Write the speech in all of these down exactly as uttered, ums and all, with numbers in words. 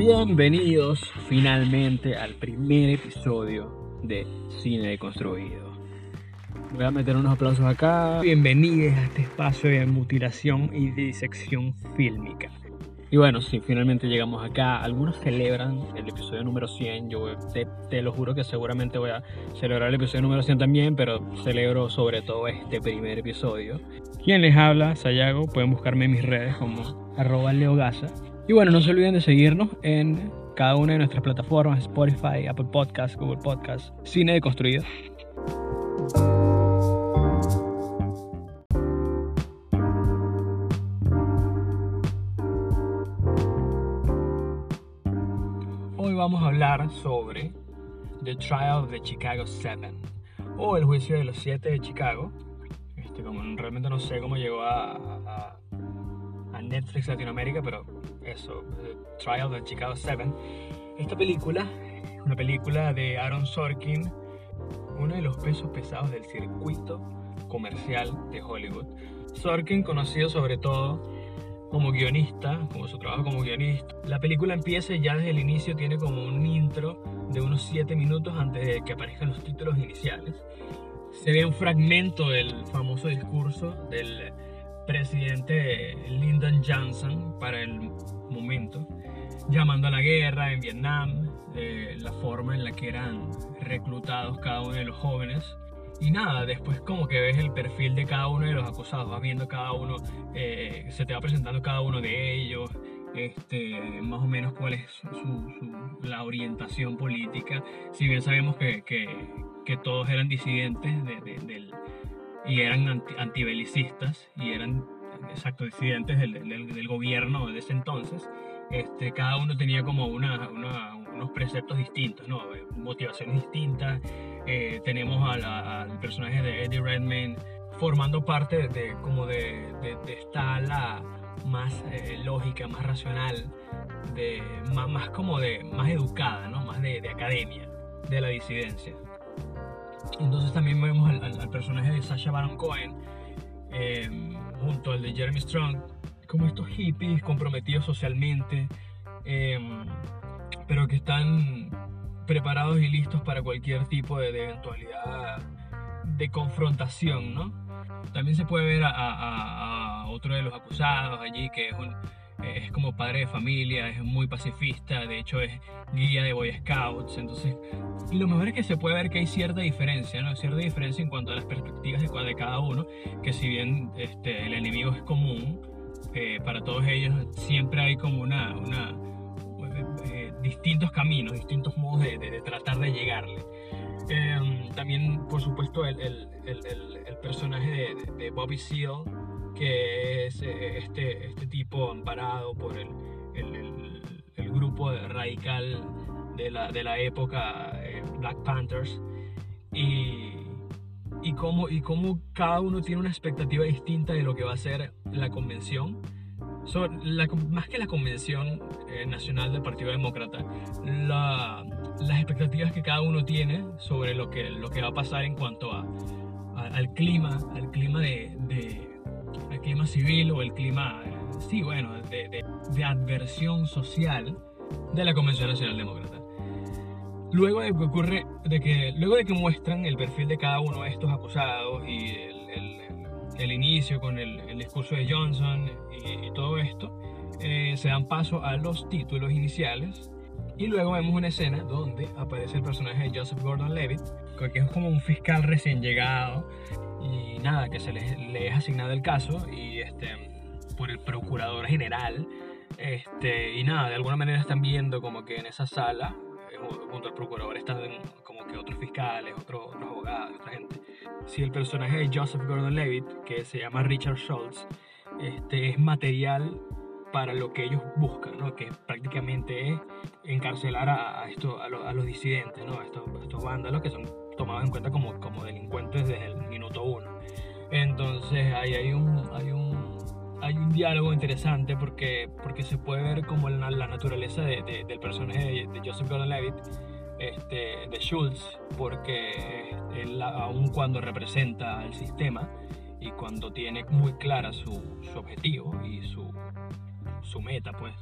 Bienvenidos finalmente al primer episodio de Cine Deconstruido. Voy a meter unos aplausos acá. Bienvenidos a este espacio de mutilación y disección fílmica. Y bueno, sí, finalmente llegamos acá. Algunos celebran el episodio número cien. Yo te, te lo juro que seguramente voy a celebrar el episodio número cien también, pero celebro sobre todo este primer episodio. ¿Quién les habla? Sayago. Pueden buscarme en mis redes como arroba leogaza. Y bueno, no se olviden de seguirnos en cada una de nuestras plataformas: Spotify, Apple Podcasts, Google Podcasts, Cine Deconstruido. Hoy vamos a hablar sobre The Trial of the Chicago Seven, o el juicio de los siete de Chicago. Este, como realmente no sé cómo llegó a, a, a Netflix Latinoamérica, pero eso, The Trial of the Chicago Seven. Esta película, una película de Aaron Sorkin, uno de los pesos pesados del circuito comercial de Hollywood. Sorkin, conocido sobre todo como guionista, como su trabajo como guionista. La película empieza y ya desde el inicio tiene como un intro de unos siete minutos antes de que aparezcan los títulos iniciales. Se ve un fragmento del famoso discurso del presidente Lyndon Johnson para el momento, llamando a la guerra en Vietnam, eh, la forma en la que eran reclutados cada uno de los jóvenes. Y nada, después como que ves el perfil de cada uno de los acusados, vas viendo cada uno, eh, se te va presentando cada uno de ellos, este, más o menos cuál es su, su, la orientación política. Si bien sabemos que, que, que todos eran disidentes de, de, del, y eran anti, antibelicistas y eran, exacto, disidentes del, del, del gobierno de ese entonces, este, cada uno tenía como una, una, unos preceptos distintos, ¿no? Motivaciones distintas. Eh, tenemos a la, al personaje de Eddie Redmayne formando parte de, de como de, de, de esta ala más eh, lógica, más racional, de, más, más como de más educada, ¿no? Más de, de academia, de la disidencia. Entonces también vemos al, al, al personaje de Sacha Baron Cohen eh, junto al de Jeremy Strong como estos hippies comprometidos socialmente, eh, pero que están preparados y listos para cualquier tipo de, de eventualidad de confrontación, ¿no? También se puede ver a, a, a otro de los acusados allí, que es, un, es como padre de familia, es muy pacifista, de hecho es guía de Boy Scouts. Entonces, y lo mejor es que se puede ver que hay cierta diferencia, ¿no? Cierta diferencia en cuanto a las perspectivas de, de cada uno, que si bien este, el enemigo es común, eh, para todos ellos siempre hay como una... una Eh, distintos caminos, distintos modos de, de, de tratar de llegarle. Eh, también, por supuesto, el, el, el, el personaje de, de, de Bobby Seale, que es eh, este, este tipo amparado por el, el, el, el grupo radical de la, de la época, eh, Black Panthers, y, y, cómo, y cómo cada uno tiene una expectativa distinta de lo que va a ser la convención. So, la, más que la convención eh, nacional del Partido Demócrata, la, las expectativas que cada uno tiene sobre lo que, lo que va a pasar en cuanto a, a, al clima, al clima de, de al clima civil o el clima, eh, sí, bueno, de, de, de adversión social de la Convención Nacional Demócrata. Luego de que ocurre, de que luego de que muestran el perfil de cada uno de estos acusados y el, el el inicio con el, el discurso de Johnson y, y todo esto, eh, se dan paso a los títulos iniciales y luego vemos una escena donde aparece el personaje de Joseph Gordon-Levitt, que es como un fiscal recién llegado y nada, que se le, le es asignado el caso y este, por el procurador general, este, y nada, de alguna manera están viendo como que en esa sala junto al procurador están como que otros fiscales, otros, otros abogados, otra gente. Si el personaje de Joseph Gordon-Levitt, que se llama Richard Schultz, este, es material para lo que ellos buscan, ¿no? Que prácticamente es encarcelar a, a, esto, a, lo, a los disidentes, ¿no? Estos, estos vándalos que son tomados en cuenta como, como delincuentes desde el minuto uno. Entonces ahí hay un, hay un, hay un diálogo interesante porque, porque se puede ver como la, la naturaleza de, de, del personaje de, de Joseph Gordon-Levitt, este, de Schultz, porque él, aun cuando representa al sistema y cuando tiene muy clara su, su objetivo y su, su meta, pues,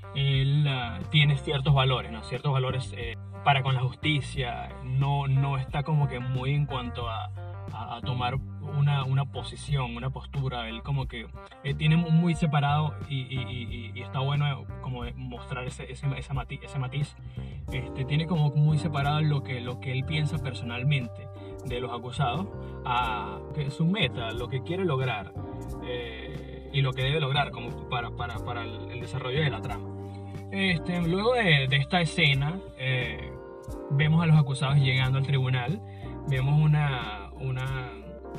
él uh, tiene ciertos valores, ¿no? Ciertos valores eh, para con la justicia, no, no está como que muy en cuanto a, a, a tomar una, una posición, una postura, él como que eh, tiene muy separado y, y, y, y está bueno como mostrar ese, ese, ese matiz, ese matiz. Este, tiene como muy separado lo que, lo que él piensa personalmente de los acusados a que su meta, lo que quiere lograr eh, y lo que debe lograr como para, para, para el, el desarrollo de la trama. Este, luego de, de esta escena eh, vemos a los acusados llegando al tribunal, vemos una, una,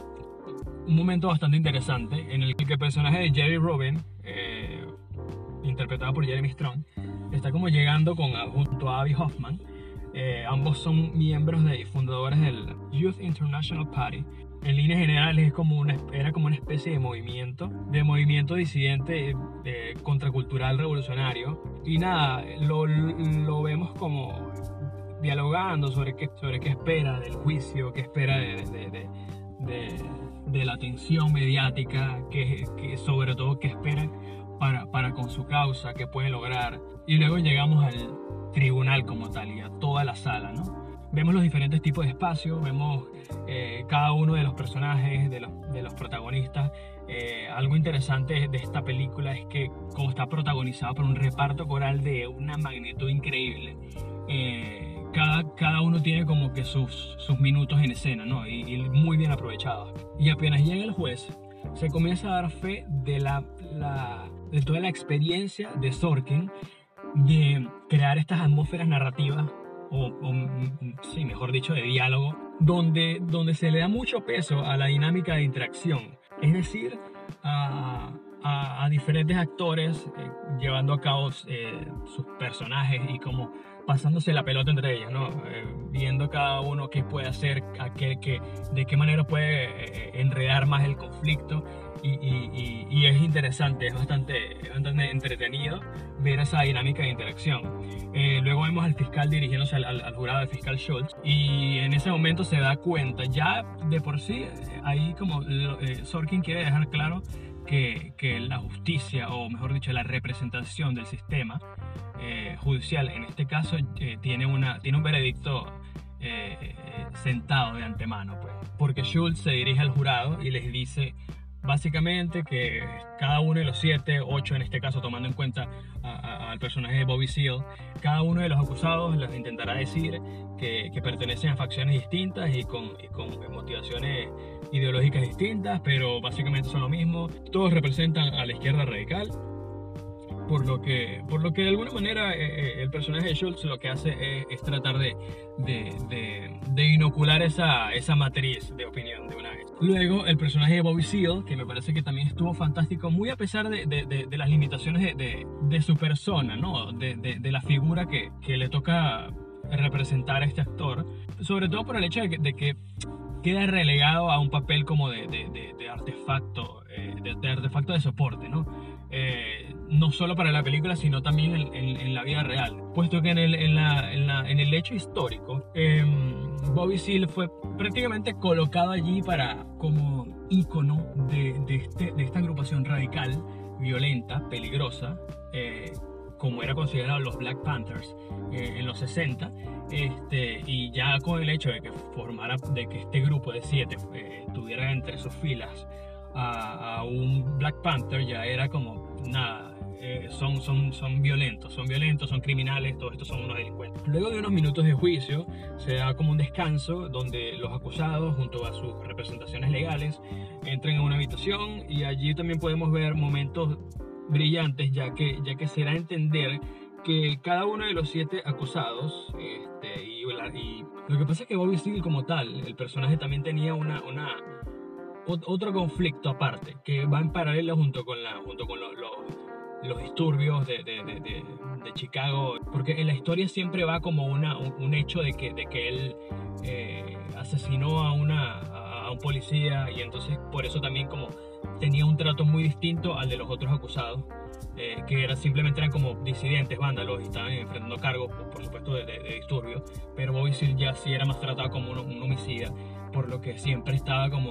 un momento bastante interesante en el que el personaje de Jerry Robin, eh, interpretado por Jeremy Strong, está como llegando con, junto a Abby Hoffman. Eh, ambos son miembros de, y fundadores del Youth International Party. En líneas generales es como una, era como una especie de movimiento, de movimiento disidente eh, contracultural revolucionario. Y nada, lo, lo vemos como dialogando sobre qué, sobre qué espera del juicio, qué espera de, de, de, de, de la atención mediática, que, que sobre todo qué esperan para, para con su causa, qué pueden lograr. Y luego llegamos al tribunal como tal y a toda la sala, ¿no? Vemos los diferentes tipos de espacios, vemos eh, cada uno de los personajes, de los, de los protagonistas. Eh, algo interesante de esta película es que como está protagonizada por un reparto coral de una magnitud increíble, eh, cada, cada uno tiene como que sus, sus minutos en escena, ¿no? Y, y muy bien aprovechados. Y apenas llega el juez, se comienza a dar fe de, la, la, de toda la experiencia de Sorkin de crear estas atmósferas narrativas o, o sí, mejor dicho, de diálogo, donde, donde se le da mucho peso a la dinámica de interacción, es decir, a, a, a diferentes actores eh, llevando a cabo eh, sus personajes y como pasándose la pelota entre ellos, ¿no? Eh, viendo cada uno qué puede hacer, a qué, qué, de qué manera puede eh, enredar más el conflicto. Y, y, y es interesante, es bastante, es bastante entretenido ver esa dinámica de interacción. Eh, luego vemos al fiscal dirigiéndose al, al, al jurado, del fiscal Schultz, y en ese momento se da cuenta, ya de por sí, ahí como eh, Sorkin quiere dejar claro que, que la justicia, o mejor dicho, la representación del sistema eh, judicial, en este caso, eh, tiene, una, tiene un veredicto eh, sentado de antemano, pues, porque Schultz se dirige al jurado y les dice básicamente que cada uno de los siete, ocho en este caso, tomando en cuenta al personaje de Bobby Seale, cada uno de los acusados les intentará decir que, que pertenecen a facciones distintas y con, y con motivaciones ideológicas distintas, pero básicamente son lo mismo. Todos representan a la izquierda radical, por lo que, por lo que de alguna manera eh, el personaje de Schultz lo que hace es, es tratar de, de, de, de inocular esa, esa matriz de opinión de una vez. Luego el personaje de Bobby Seale, que me parece que también estuvo fantástico, muy a pesar de, de, de, de las limitaciones de, de, de su persona, ¿no? de, de, de la figura que, que le toca representar a este actor, sobre todo por el hecho de que, de que queda relegado a un papel como de, de, de, de artefacto, eh, de, de artefacto de soporte, ¿no? Eh, no solo para la película, sino también en, en, en la vida real, puesto que en el, en la, en la, en el hecho histórico, eh, Bobby Seale fue prácticamente colocado allí para como ícono de, de, este, de esta agrupación radical, violenta, peligrosa, eh, como era considerado los Black Panthers eh, en los sesenta, este, y ya con el hecho de que formara, de que este grupo de siete eh, tuviera entre sus filas a, a un Black Panther, ya era como nada, eh, son, son, son violentos, son violentos, son criminales, todos estos son unos delincuentes. Luego de unos minutos de juicio se da como un descanso donde los acusados junto a sus representaciones legales entran en una habitación, y allí también podemos ver momentos brillantes, ya que, ya que se da a entender que cada uno de los siete acusados, este, y, y lo que pasa es que Bobby Seale como tal, el personaje también tenía una, una, otro conflicto aparte, que va en paralelo junto con, la, junto con los, los, los disturbios de, de, de, de, de Chicago, porque en la historia siempre va como una, un, un hecho de que, de que él eh, asesinó a, una, a, a un policía, y entonces por eso también como tenía un trato muy distinto al de los otros acusados, eh, que era, simplemente eran como disidentes, vándalos, y estaban enfrentando cargos, por, por supuesto, de, de, de disturbios, pero Bobby Seale ya sí era más tratado como un, un homicida, por lo que siempre estaba como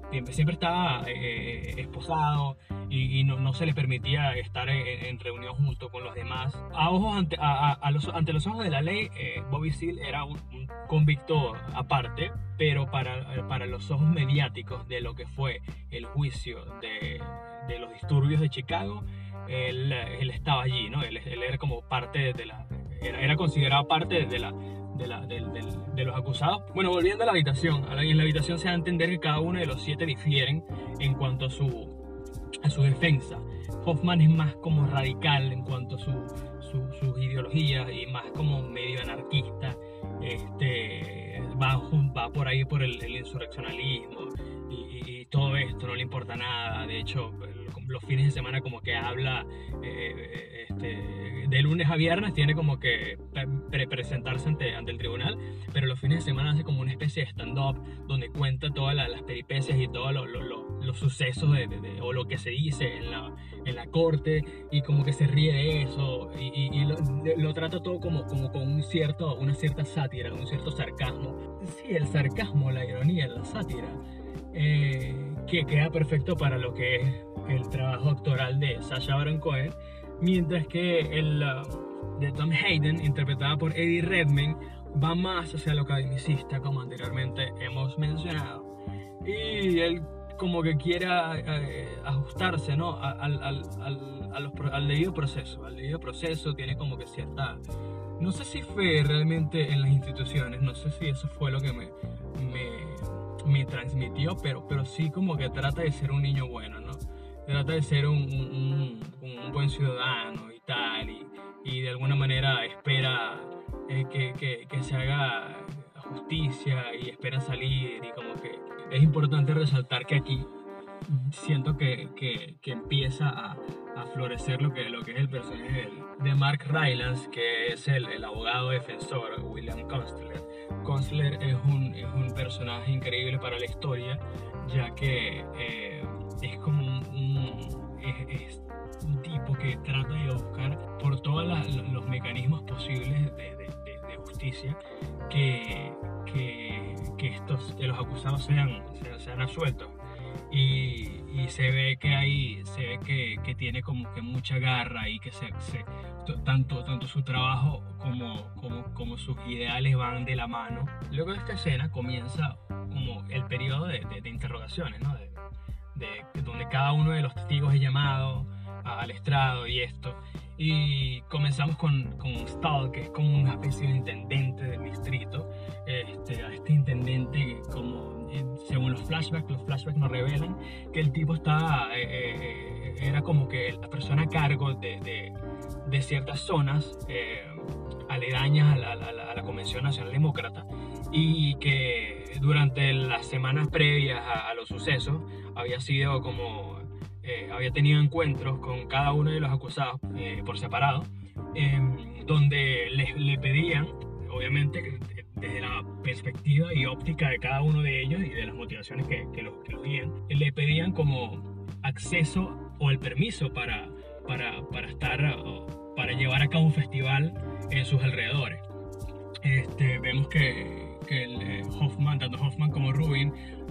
siempre, siempre estaba eh, esposado y, y no, no se le permitía estar en, en reunión junto con los demás. A ojos ante, a, a, a los, ante los ojos de la ley, eh, Bobby Seale era un, un convicto aparte, pero para, para los ojos mediáticos de lo que fue el juicio de, de los disturbios de Chicago, él, él estaba allí, ¿no? Él, él era como parte de la... Era, era considerado parte de la... De, la, de, de, de los acusados. Bueno, volviendo a la habitación, en la habitación se da a entender que cada uno de los siete difieren en cuanto a su, a su defensa. Hoffman es más como radical en cuanto a su, su, sus ideologías y más como medio anarquista. Este, va, va por ahí por el, el insurreccionalismo y, y todo esto, no le importa nada. De hecho, los fines de semana como que habla eh, este, de lunes a viernes, tiene como que pre presentarse ante, ante el tribunal, pero los fines de semana hace como una especie de stand-up donde cuenta todas la, las peripecias y todos lo, lo, lo, los sucesos de, de, de, o lo que se dice en la, en la corte, y como que se ríe de eso y, y, y lo, de, lo trata todo como, como con un cierto, una cierta sátira, un cierto sarcasmo. Sí, el sarcasmo, la ironía, la sátira, eh, que queda perfecto para lo que es el trabajo actoral de Sacha Baron Cohen, mientras que el uh, de Tom Hayden, interpretada por Eddie Redmayne, va más hacia lo academicista, como anteriormente hemos mencionado, y él como que quiere eh, ajustarse, ¿no? al, al, al, a los, al debido proceso, al debido proceso, tiene como que cierta, no sé si fe realmente en las instituciones, no sé si eso fue lo que me, me, me transmitió, pero, pero sí como que trata de ser un niño bueno, ¿no? Trata de ser un, un, un buen ciudadano y tal, y, y de alguna manera espera eh, que, que, que se haga justicia y espera salir, y como que es importante resaltar que aquí siento que, que, que empieza a, a florecer lo que, lo que es el personaje de Mark Rylance, que es el, el abogado defensor William Constler. Constler es un, es un personaje increíble para la historia, ya que eh, es como un, un, es, es un tipo que trata de buscar por todos los mecanismos posibles de, de, de, de justicia que, que, que, estos, que los acusados sean, sean, sean absueltos. Y, y se ve que ahí se ve que, que tiene como que mucha garra, y que se, se, tanto, tanto su trabajo como, como, como sus ideales van de la mano. Luego de esta escena comienza como el periodo de, de, de interrogaciones, ¿no? de, de, donde cada uno de los testigos es llamado a, al estrado y esto, y comenzamos con, con Stahl, que es como una especie de intendente del distrito. Este, a este intendente, como según los flashbacks, los flashbacks nos revelan que el tipo está, eh, eh, era como que la persona a cargo de, de, de ciertas zonas eh, aledañas a la, a, la, a la Convención Nacional Demócrata, y que durante las semanas previas a, a los sucesos había sido como, eh, había tenido encuentros con cada uno de los acusados eh, por separado, eh, donde le, le pedían, obviamente, desde la perspectiva y óptica de cada uno de ellos y de las motivaciones que, que, los, que los guían, le pedían como acceso o el permiso para, para, para estar, o para llevar a cabo un festival en sus alrededores. Este, vemos que, que el, eh, Hoffman, tanto Hoffman como Rubin,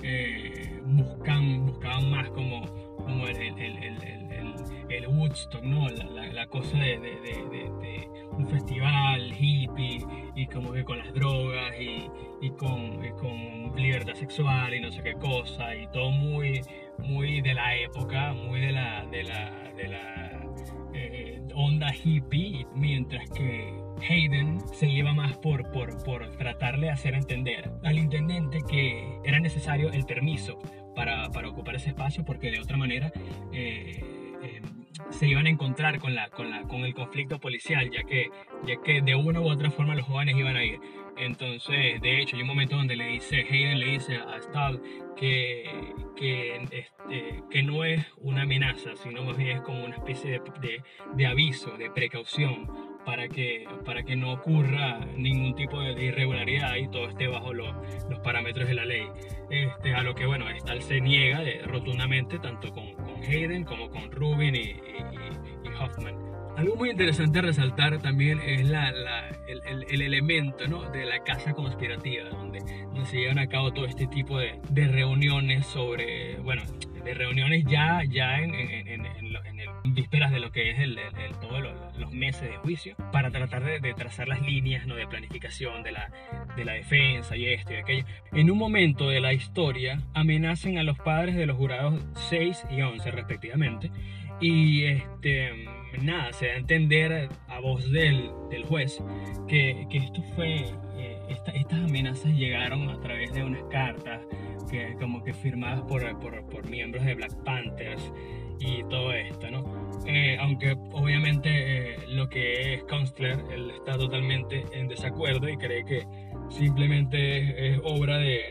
eh, buscan, buscaban más como, como el, el, el, el, el, el Woodstock, ¿no? La, la, la cosa de, de, de, de, de un festival hippie, y como que con las drogas y, y, con, y con libertad sexual y no sé qué cosa, y todo muy, muy de la época, muy de la, de la, de la eh, onda hippie, mientras que Hayden se lleva más por, por, por tratarle de hacer entender al intendente que era necesario el permiso para, para ocupar ese espacio, porque de otra manera eh, eh, se iban a encontrar con, la, con, la, con el conflicto policial, ya que, ya que de una u otra forma los jóvenes iban a ir. Entonces, de hecho, hay un momento donde le dice, Hayden le dice a Stahl que, que, este, que no es una amenaza, sino más bien es como una especie de, de, de aviso, de precaución, para que, para que no ocurra ningún tipo de, de irregularidad y todo esté bajo los, los parámetros de la ley. Este, a lo que, bueno, Stahl se niega de, rotundamente, tanto con, con Hayden como con Rubin y, y, y Hoffman. Algo muy interesante a resaltar también es la, la, el, el, el elemento, ¿no?, de la casa conspirativa, donde, donde se llevan a cabo todo este tipo de, de reuniones sobre, bueno, de reuniones ya, ya en, en, en, en, lo, en, el, en vísperas de lo que es el, el, el, todos los, los meses de juicio, para tratar de, de trazar las líneas, ¿no?, de planificación de la, de la defensa y esto y aquello. En un momento de la historia amenazan a los padres de los jurados seis y once respectivamente, y este, nada, se da a entender a voz del, del juez que, que esto fue, eh, esta, estas amenazas llegaron a través de unas cartas que como que firmadas por, por, por miembros de Black Panthers y todo esto, ¿no? Eh, aunque obviamente eh, lo que es Kunstler, él está totalmente en desacuerdo y cree que simplemente es, es obra de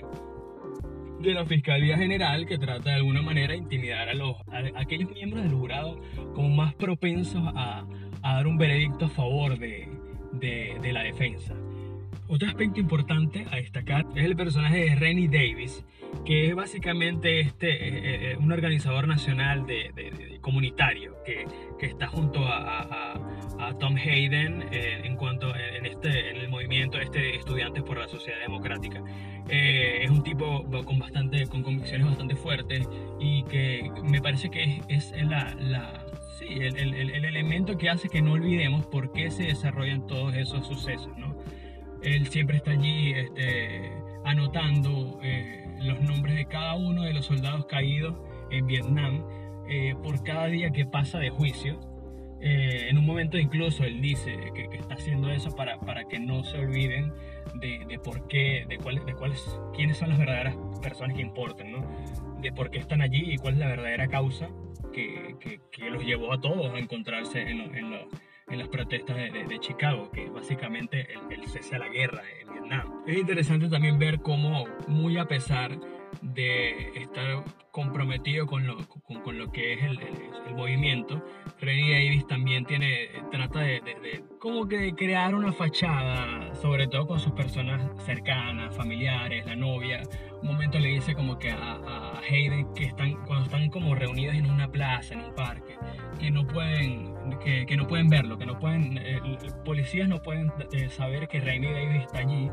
de la Fiscalía General, que trata de alguna manera intimidar a, los, a, a aquellos miembros del jurado como más propensos a, a dar un veredicto a favor de, de, de la defensa. Otro aspecto importante a destacar es el personaje de Rennie Davis, que es básicamente este, eh, eh, un organizador nacional de, de, de comunitario que, que está junto a, a, a Tom Hayden eh, en cuanto en, este, en el movimiento este de Estudiantes por la Sociedad Democrática. Eh, es un tipo con, bastante, con convicciones bastante fuertes y que me parece que es, es la, la, sí, el, el, el elemento que hace que no olvidemos por qué se desarrollan todos esos sucesos, ¿no? Él siempre está allí este, anotando eh, los nombres de cada uno de los soldados caídos en Vietnam eh, por cada día que pasa de juicio. Eh, en un momento incluso él dice que, que está haciendo eso para, para que no se olviden de, de por qué, de, cuál, de cuáles, quiénes son las verdaderas personas que importan, ¿no? De por qué están allí y cuál es la verdadera causa que, que, que los llevó a todos a encontrarse en, lo, en, lo, en las protestas de, de, de Chicago, que es básicamente el, el cese a la guerra en Vietnam. Es interesante también ver cómo, muy a pesar de estar comprometido con lo, con, con lo que es el, el, el movimiento, Rennie Davis también tiene, trata de, de, de como que de crear una fachada, sobre todo con sus personas cercanas, familiares, la novia. Un momento le dice como que a, a Hayden que están, cuando están como reunidos en una plaza, en un parque, que no pueden, que, que no pueden verlo, que no pueden, eh, policías no pueden eh, saber que Rennie Davis está allí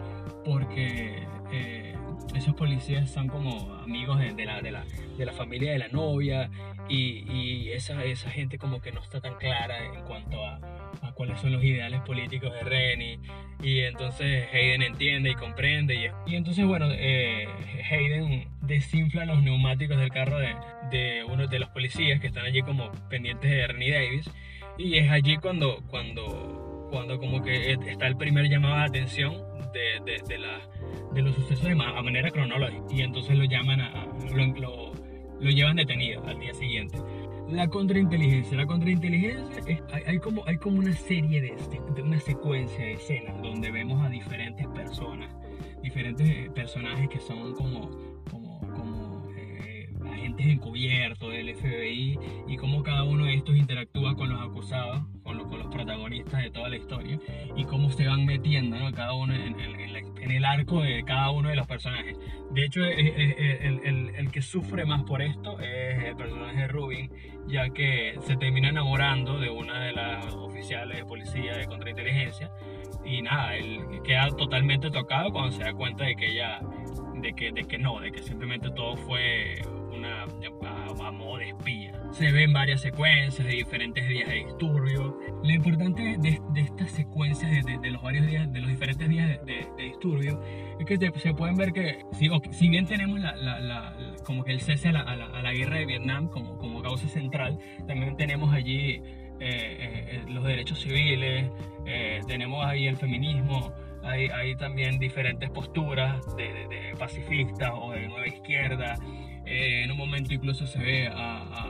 porque eh, esos policías son como amigos de, de, la, de, la, de la familia de la novia y, y esa, esa gente como que no está tan clara en cuanto a, a cuáles son los ideales políticos de Rennie, y entonces Hayden entiende y comprende y, y entonces bueno, eh, Hayden desinfla los neumáticos del carro de, de uno de los policías que están allí como pendientes de Rennie Davis, y es allí cuando, cuando, cuando como que está el primer llamado de atención de, de, de, la, de los sucesos de ma a manera cronológica, y entonces lo llaman a, lo, lo, lo llevan detenido al día siguiente. La contrainteligencia. La contrainteligencia es, hay, hay, como, hay como una serie de, de una secuencia de escenas donde vemos a diferentes personas, diferentes personajes que son como, como, como eh, agentes encubiertos del F B I, y cómo cada uno de estos interactúa con los acusados, con, lo, con los protagonistas de toda la historia, y cómo se van metiendo, ¿no?, cada uno en, en, en, la, en el arco de cada uno de los personajes. De hecho, el, el, el, el que sufre más por esto es el personaje de Rubin, ya que se termina enamorando de una de las oficiales de policía de contrainteligencia, y nada, él queda totalmente tocado cuando se da cuenta de que ella, de que, de que no, de que simplemente todo fue una a, a modo de espía. Se ven varias secuencias de diferentes días de disturbio. Lo importante de, de estas secuencias de, de, de los varios días, de los diferentes días de, de, de disturbio, es que te, se pueden ver que si, okay, si bien tenemos la, la, la, la, como que el cese a la, a, la, a la guerra de Vietnam como, como causa central, también tenemos allí eh, eh, los derechos civiles, eh, tenemos ahí el feminismo, hay, hay también diferentes posturas de, de, de pacifistas o de nueva izquierda. Eh, en un momento incluso se ve a,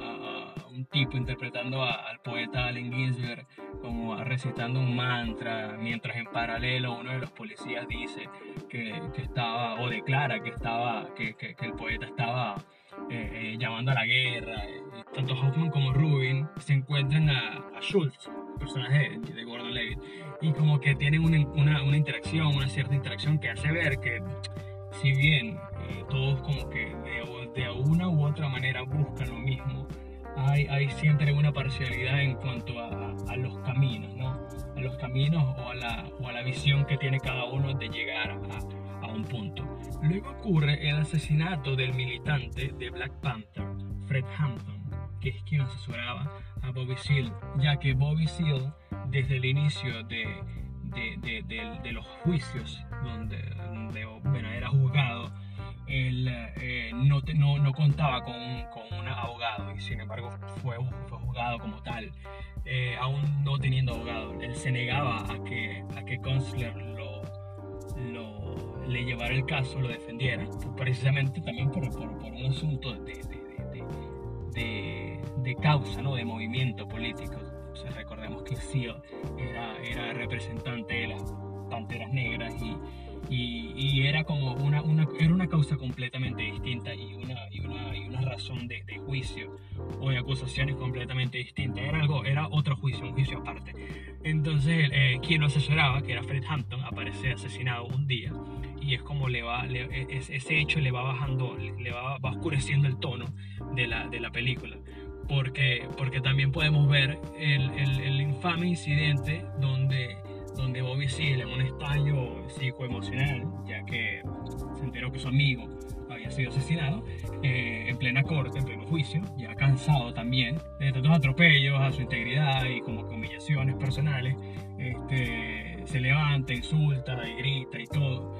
a, a un tipo interpretando a, al poeta Allen Ginsberg como recitando un mantra, mientras en paralelo uno de los policías dice que, que estaba, o declara que estaba, que, que, que el poeta estaba eh, eh, llamando a la guerra. Tanto Hoffman como Rubin se encuentran a, a Schultz, personaje de, de Gordon Levitt, y como que tienen una, una, una interacción, una cierta interacción que hace ver que si bien eh, todos como que de, de una u otra manera buscan lo mismo, hay, hay siempre una parcialidad en cuanto a, a los caminos, ¿no? A los caminos o a, la, o a la visión que tiene cada uno de llegar a, a un punto. Luego ocurre el asesinato del militante de Black Panther, Fred Hampton, que es quien asesoraba a Bobby Seale, ya que Bobby Seale, desde el inicio de, de, de, de, de los juicios donde, donde bueno, era juzgado, él eh, no, te, no, no contaba con un, con un abogado y sin embargo fue, fue juzgado como tal, eh, aún no teniendo abogado. Él se negaba a que, a que Kunstler lo, lo, le llevara el caso, lo defendiera, precisamente también por, por, por un asunto de, de, de, de, de causa, ¿no? De movimiento político. O sea, recordemos que Seale era, era representante de las Panteras Negras y Y, y era como una, una, era una causa completamente distinta y una, y una, y una razón de, de juicio o de acusaciones completamente distinta. Era, algo, era otro juicio, un juicio aparte. Entonces, eh, quien lo asesoraba, que era Fred Hampton, aparece asesinado un día y es como le va, le, ese hecho le va bajando, le va, va oscureciendo el tono de la, de la película. Porque, porque también podemos ver el, el, el infame incidente donde donde Bobby Seale, en un estallo psicoemocional, ya que se enteró que su amigo había sido asesinado, eh, en plena corte, en pleno juicio, ya cansado también de tantos atropellos a su integridad y como que humillaciones personales, este, se levanta, insulta y grita y todo,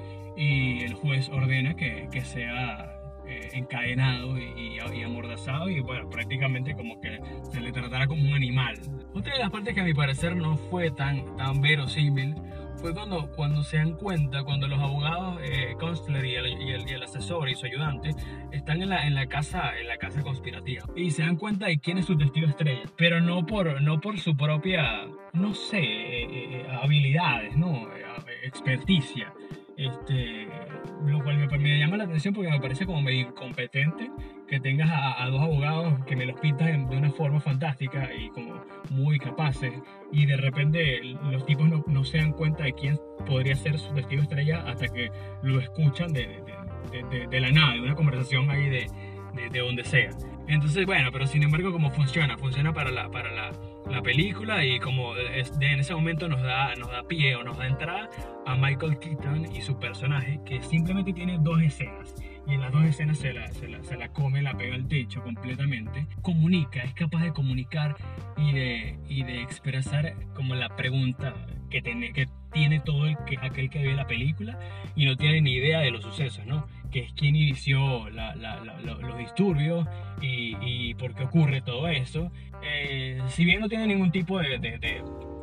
y el juez ordena que, que sea eh, encadenado y, y, y amordazado y bueno, prácticamente como que se le tratara como un animal. Otra de las partes que a mi parecer no fue tan, tan verosímil fue cuando, cuando se dan cuenta, cuando los abogados, eh, Kunstler y el, y, el, y el asesor y su ayudante están en la, en, la casa, en la casa conspirativa y se dan cuenta de quién es su testigo estrella, pero no por, no por su propia, no sé, eh, eh, habilidades, ¿no? Experticia. Este, lo cual me, me llama la atención porque me parece como medio incompetente que tengas a, a dos abogados que me los pintan de una forma fantástica y como muy capaces y de repente los tipos no, no se dan cuenta de quién podría ser su testigo estrella hasta que lo escuchan de, de, de, de, de la nada, de una conversación ahí de, de, de donde sea. Entonces, bueno, pero sin embargo, ¿cómo funciona? Funciona para la, para la, la película y como es, de, en ese momento nos da, nos da pie o nos da entrada a Michael Keaton y su personaje, que simplemente tiene dos escenas. Y en las dos escenas se la, se la, se la come, la pega al techo completamente. Comunica, es capaz de comunicar y de, y de expresar como la pregunta que tiene, que tiene todo el que, aquel que ve la película y no tiene ni idea de los sucesos, ¿no? Que es quién inició la, la, la, los disturbios y, y por qué ocurre todo eso. Eh, si bien no tiene ningún tipo de, de, de,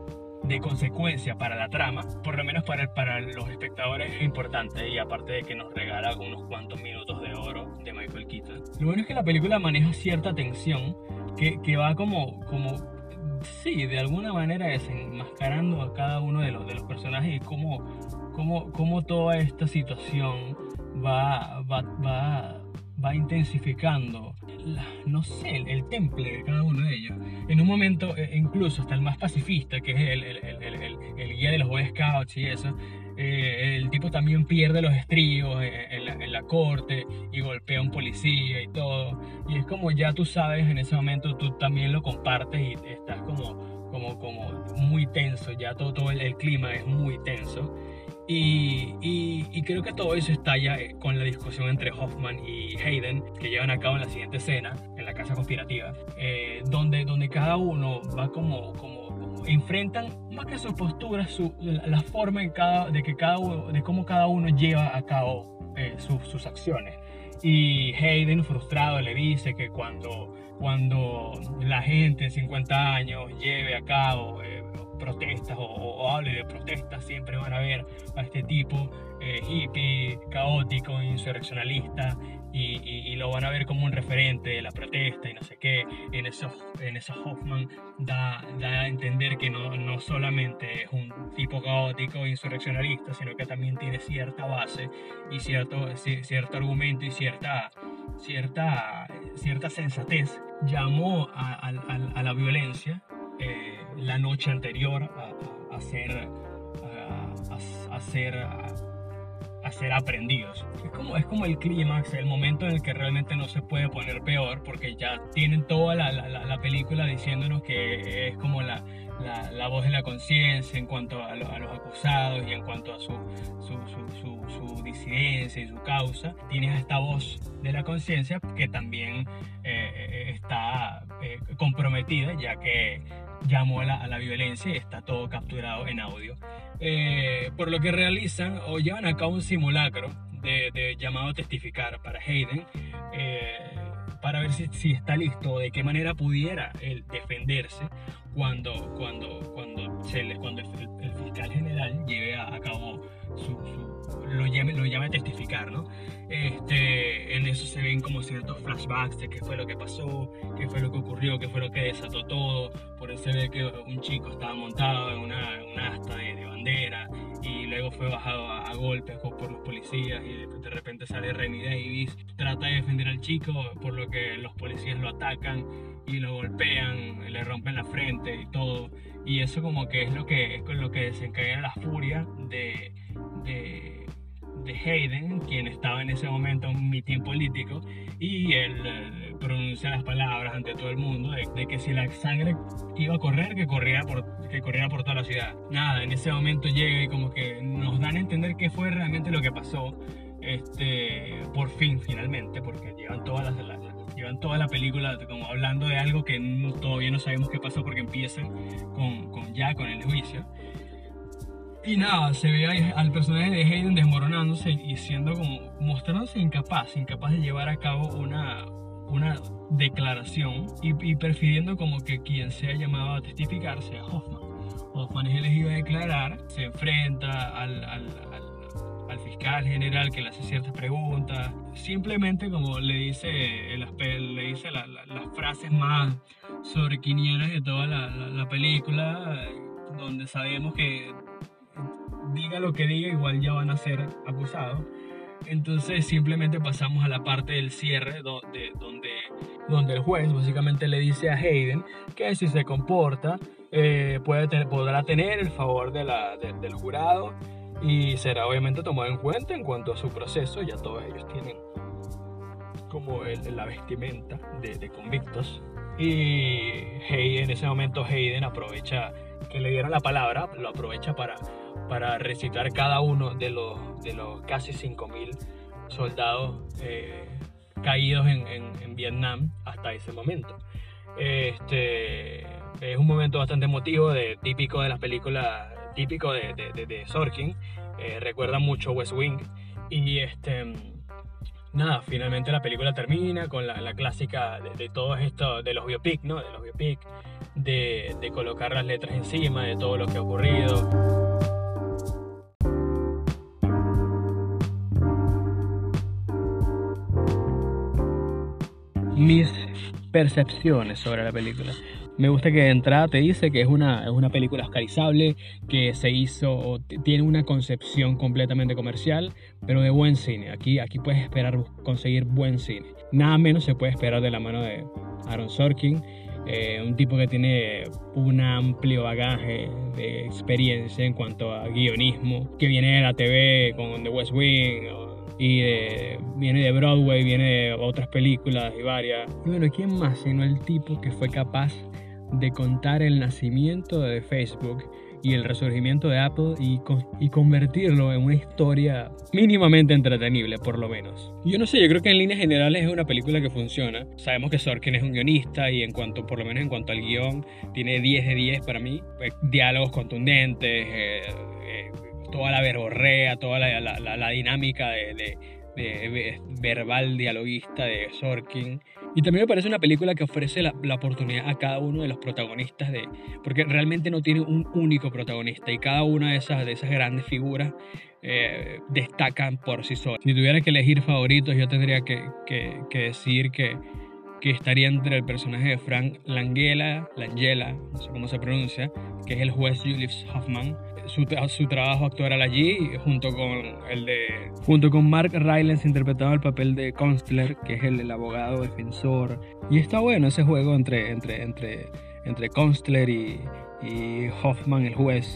de consecuencia para la trama, por lo menos para, para los espectadores es importante y aparte de que nos regala unos cuantos minutos de oro de Michael Keaton. Lo bueno es que la película maneja cierta tensión que, que va como... como sí, de alguna manera desenmascarando a cada uno de los, de los personajes y cómo, cómo, cómo toda esta situación va, va, va, va intensificando, la, no sé, el, el temple de cada uno de ellos. En un momento, eh, incluso hasta el más pacifista, que es el, el, el, el, el, el guía de los Boy Scouts y eso, eh, el tipo también pierde los estribos en, en, la, en la corte y golpea a un policía y todo. Y es como ya tú sabes, en ese momento tú también lo compartes y estás como, como, como muy tenso, ya todo, todo el, el clima es muy tenso. Y, y, y creo que todo eso estalla con la discusión entre Hoffman y Hayden que llevan a cabo en la siguiente escena, en la casa conspirativa, eh, donde, donde cada uno va como, como, como enfrentan más que sus posturas, su, la, la forma en cada, de, que cada uno, de cómo cada uno lleva a cabo eh, su, sus acciones. Y Hayden, frustrado, le dice que cuando, cuando la gente en cincuenta años lleve a cabo eh, protestas o, o hable de protestas, siempre van a ver a este tipo eh, hippie, caótico, insurreccionalista y, y, y lo van a ver como un referente de la protesta y no sé qué. En eso, en eso Hoffman da, da a entender que no, no solamente es un tipo caótico e insurreccionalista, sino que también tiene cierta base y cierto, cierto argumento y cierta, cierta, cierta sensatez. Llamó a, a, a la violencia Eh, la noche anterior a, a, a ser a, a, a ser a, a a ser aprendidos. Es como, es como el clímax, el momento en el que realmente no se puede poner peor, porque ya tienen toda la, la, la película diciéndonos que es como la, la, la voz de la conciencia en cuanto a, lo, a los acusados y en cuanto a su, su, su, su, su disidencia y su causa. Tienes a esta voz de la conciencia que también eh, está eh, comprometida, ya que llamó a la, a la violencia y está todo capturado en audio. Eh, por lo que realizan o llevan a cabo un simulacro de, de llamado a testificar para Hayden, eh, para ver si, si está listo o de qué manera pudiera él defenderse cuando, cuando, cuando, se le, cuando el, el fiscal general lleve a, a cabo su, su, lo, llame, lo llame a testificar, ¿no? Este, en eso se ven como ciertos flashbacks de qué fue lo que pasó, qué fue lo que ocurrió, qué fue lo que desató todo. Por eso se ve que un chico estaba montado en una, una asta de, de bandera y luego fue bajado a, a golpes por los policías y de, de repente sale Rennie Davis, trata de defender al chico, por lo que los policías lo atacan y lo golpean, le rompen la frente y todo, y eso como que es lo que, es lo que desencadena la furia de, de, de Hayden, quien estaba en ese momento en un mitin político, y él eh, pronuncia las palabras ante todo el mundo de, de que si la sangre iba a correr, que corriera por, que corriera por toda la ciudad. Nada, en ese momento llega y como que nos dan a entender qué fue realmente lo que pasó, este, por fin, finalmente, porque llevan todas las, las llevan toda la película como hablando de algo que no, todavía no sabemos qué pasó, porque empiezan con, con ya con el juicio. Y nada, se ve al personaje de Hayden desmoronándose y siendo como, mostrándose incapaz, incapaz de llevar a cabo una, una declaración y, y prefiriendo como que quien sea llamado a testificar sea Hoffman. Hoffman es elegido a declarar, se enfrenta al, al, al, al fiscal general que le hace ciertas preguntas, simplemente como le dice, el, le dice la, la, las frases más sorquinianas de toda la, la, la película, donde sabemos que diga lo que diga, igual ya van a ser acusados. Entonces simplemente pasamos a la parte del cierre donde, donde, donde el juez básicamente le dice a Hayden que si se comporta eh, puede tener, podrá tener el favor de la, de, del jurado y será obviamente tomado en cuenta en cuanto a su proceso. Ya todos ellos tienen como el, la vestimenta de, de convictos, y Hayden, en ese momento Hayden aprovecha que le dieron la palabra, lo aprovecha para, para recitar cada uno de los, de los casi cinco mil soldados eh, caídos en, en, en Vietnam hasta ese momento. Este, es un momento bastante emotivo, de, típico de las películas, típico de, de, de, de Sorkin, eh, recuerda mucho West Wing, y este... Nada, finalmente la película termina con la, la clásica de, de todo esto, de los biopic, ¿no? De los biopic, de, de colocar las letras encima de todo lo que ha ocurrido. Mis percepciones sobre la película. Me gusta que de entrada te dice que es una, es una película oscarizable, que se hizo, tiene una concepción completamente comercial, pero de buen cine. Aquí, aquí puedes esperar conseguir buen cine. Nada menos se puede esperar de la mano de Aaron Sorkin, eh, un tipo que tiene un amplio bagaje de experiencia en cuanto a guionismo, que viene de la T V con The West Wing, y de, viene de Broadway, viene de otras películas y varias. Y bueno, ¿quién más sino el tipo que fue capaz de contar el nacimiento de Facebook y el resurgimiento de Apple y, y convertirlo en una historia mínimamente entretenible, por lo menos? Yo no sé, yo creo que en líneas generales es una película que funciona. Sabemos que Sorkin es un guionista y en cuanto, por lo menos en cuanto al guión, tiene diez de diez para mí. Diálogos contundentes, eh, eh, toda la verborrea, toda la, la, la, la dinámica de, de, de verbal dialoguista de Sorkin. Y también me parece una película que ofrece la, la oportunidad a cada uno de los protagonistas de, porque realmente no tiene un único protagonista y cada una de esas, de esas grandes figuras eh, destacan por sí solas. Si tuviera que elegir favoritos, yo tendría que, que, que decir que, que estaría entre el personaje de Frank Langella, Langella, no sé cómo se pronuncia, que es el juez Julius Hoffman. Su, su trabajo actoral allí, junto con el de junto con Mark Rylance, interpretado el papel de Constler, que es el, el abogado defensor. Y está bueno ese juego entre, entre, entre, entre Constler y, y Hoffman, el juez.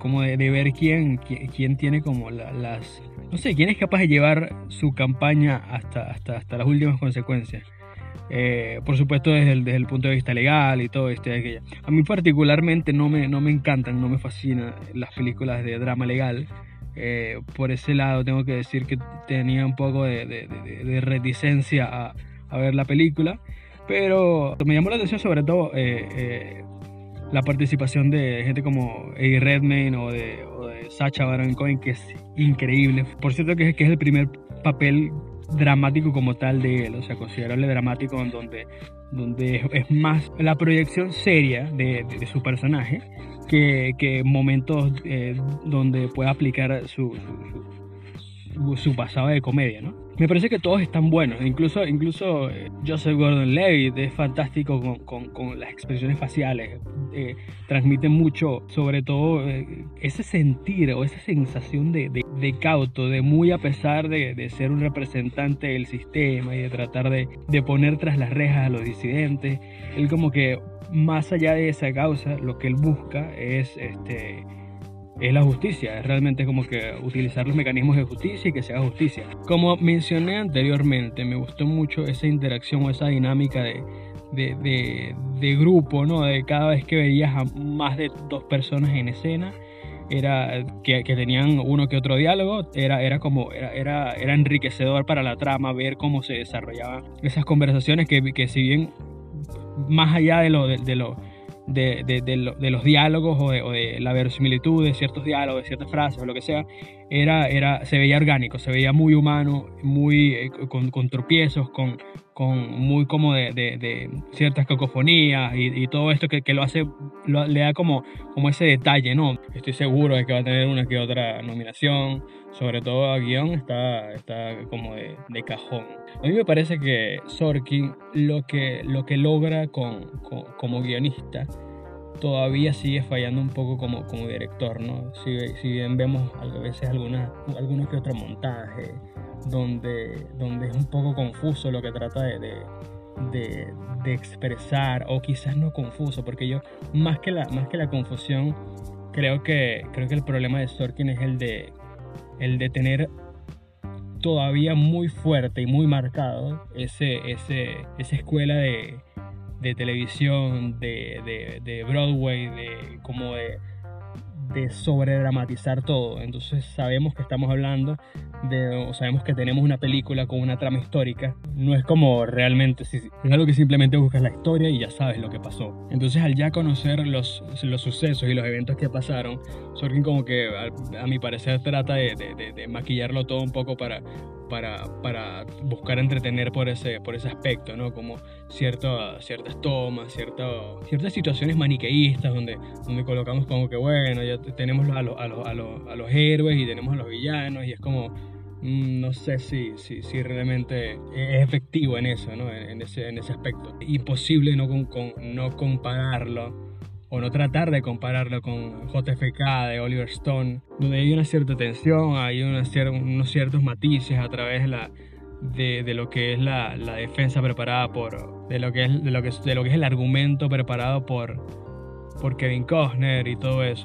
como de, de ver quién, quién, quién tiene como la, las... No sé, quién es capaz de llevar su campaña hasta, hasta, hasta las últimas consecuencias. Eh, por supuesto desde el, desde el punto de vista legal y todo esto y aquello. A mí particularmente no me, no me encantan, no me fascinan las películas de drama legal. Eh, por ese lado tengo que decir que tenía un poco de, de, de, de reticencia a, a ver la película, pero me llamó la atención sobre todo eh, eh, la participación de gente como Eddie Redmayne o de, o de Sacha Baron Cohen, que es increíble. Por cierto que es, que es el primer papel dramático como tal de él, o sea, considerable dramático, en donde, donde es, es más la proyección seria de, de, de su personaje que, que momentos eh, donde pueda aplicar su, su, su, su pasado de comedia, ¿no? Me parece que todos están buenos, incluso, incluso eh, Joseph Gordon-Levitt es fantástico con, con, con las expresiones faciales, eh, transmite mucho, sobre todo eh, ese sentir o esa sensación de, de, de cauto, de muy a pesar de, de ser un representante del sistema y de tratar de, de poner tras las rejas a los disidentes. Él como que más allá de esa causa, lo que él busca es este... es la justicia, es realmente como que utilizar los mecanismos de justicia y que se haga justicia. Como mencioné anteriormente, me gustó mucho esa interacción o esa dinámica de, de, de, de grupo, ¿no? De cada vez que veías a más de dos personas en escena, era que, que tenían uno que otro diálogo, era, era como era, era, era enriquecedor para la trama ver cómo se desarrollaban esas conversaciones que, que si bien más allá de lo de, de lo De, de, de, lo, de los diálogos o de, o de la verosimilitud de ciertos diálogos, de ciertas frases o lo que sea, era, era, se veía orgánico, se veía muy humano, muy eh, con, con tropiezos, con, con muy como de, de, de ciertas cacofonías y, y todo esto que, que lo hace, lo, le da como, como ese detalle, ¿no? Estoy seguro de que va a tener una que otra nominación, sobre todo a guión está, está como de, de cajón. A mí me parece que Sorkin lo que, lo que logra con, con, como guionista todavía sigue fallando un poco como, como director, ¿no? Si, si bien vemos a veces alguna, alguno que otro montaje donde, donde es un poco confuso lo que trata de, de, de, de expresar, o quizás no confuso, porque yo más que la, más que la confusión creo que, creo que el problema de Sorkin es el de, el de tener todavía muy fuerte y muy marcado ese, ese, esa escuela de, de televisión, de, de, de Broadway, de como de, de sobredramatizar todo. Entonces sabemos que estamos hablando de, o sabemos que tenemos una película con una trama histórica. No es como realmente, es algo que simplemente buscas la historia y ya sabes lo que pasó. Entonces al ya conocer los, los sucesos y los eventos que pasaron, Sorkin como que a, a mi parecer trata de, de, de, de maquillarlo todo un poco para, para, para buscar entretener por ese, por ese aspecto, ¿no? Como cierto, ciertas tomas, cierto, ciertas situaciones maniqueístas donde, donde colocamos como que bueno, ya tenemos a los, a, los, a, los, a los héroes y tenemos a los villanos y es como mmm, no sé si, si, si realmente es efectivo en eso, ¿no? En, en, ese, en ese aspecto. Imposible no, con, con, no compararlo o no tratar de compararlo con J F K de Oliver Stone, donde hay una cierta tensión, hay una cier unos ciertos matices a través de, la, de, de lo que es la, la defensa preparada por, de lo que es, de lo que es, de lo que es el argumento preparado por, por Kevin Costner y todo eso.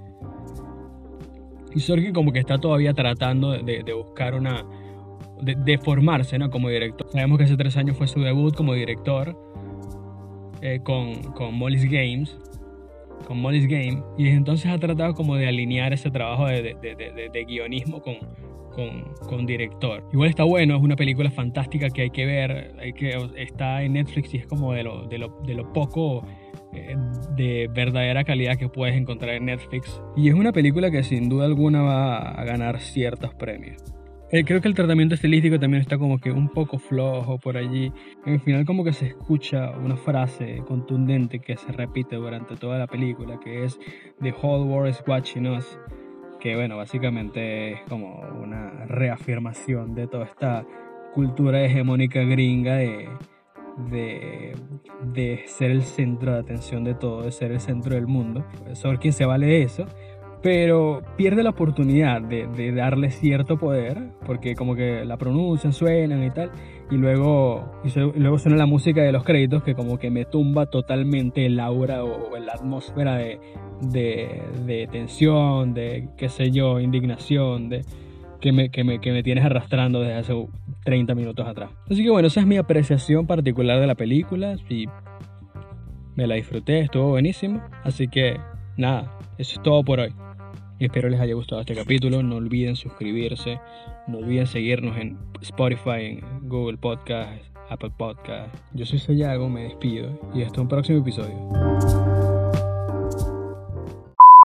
Y Sorkin como que está todavía tratando de, de buscar una, de, de formarse, ¿no? Como director. Sabemos que hace tres años fue su debut como director eh, con, con Molly's Games. con Molly's Game, y desde entonces ha tratado como de alinear ese trabajo de, de, de, de, de guionismo con, con, con director. Igual está bueno, es una película fantástica que hay que ver, hay que, está en Netflix y es como de lo, de lo, de lo poco eh, de verdadera calidad que puedes encontrar en Netflix, y es una película que sin duda alguna va a ganar ciertos premios. Eh, creo que el tratamiento estilístico también está como que un poco flojo por allí. En el final como que se escucha una frase contundente que se repite durante toda la película, que es "The whole world is watching us", que bueno, básicamente es como una reafirmación de toda esta cultura hegemónica gringa de, de, de ser el centro de atención de todo, de ser el centro del mundo. Sorkin se vale de eso pero pierde la oportunidad de, de darle cierto poder, porque como que la pronuncian, suenan y tal, y luego, y, su, y luego suena la música de los créditos que como que me tumba totalmente el aura o, o la atmósfera de, de, de tensión, de qué sé yo, indignación, de que me, que, me, que me tienes arrastrando desde hace treinta minutos atrás. Así que bueno, esa es mi apreciación particular de la película, y me la disfruté, estuvo buenísimo, así que nada, eso es todo por hoy. Y espero les haya gustado este capítulo. No olviden suscribirse, no olviden seguirnos en Spotify, en Google Podcast, Apple Podcast. Yo soy Sayago, me despido y hasta un próximo episodio.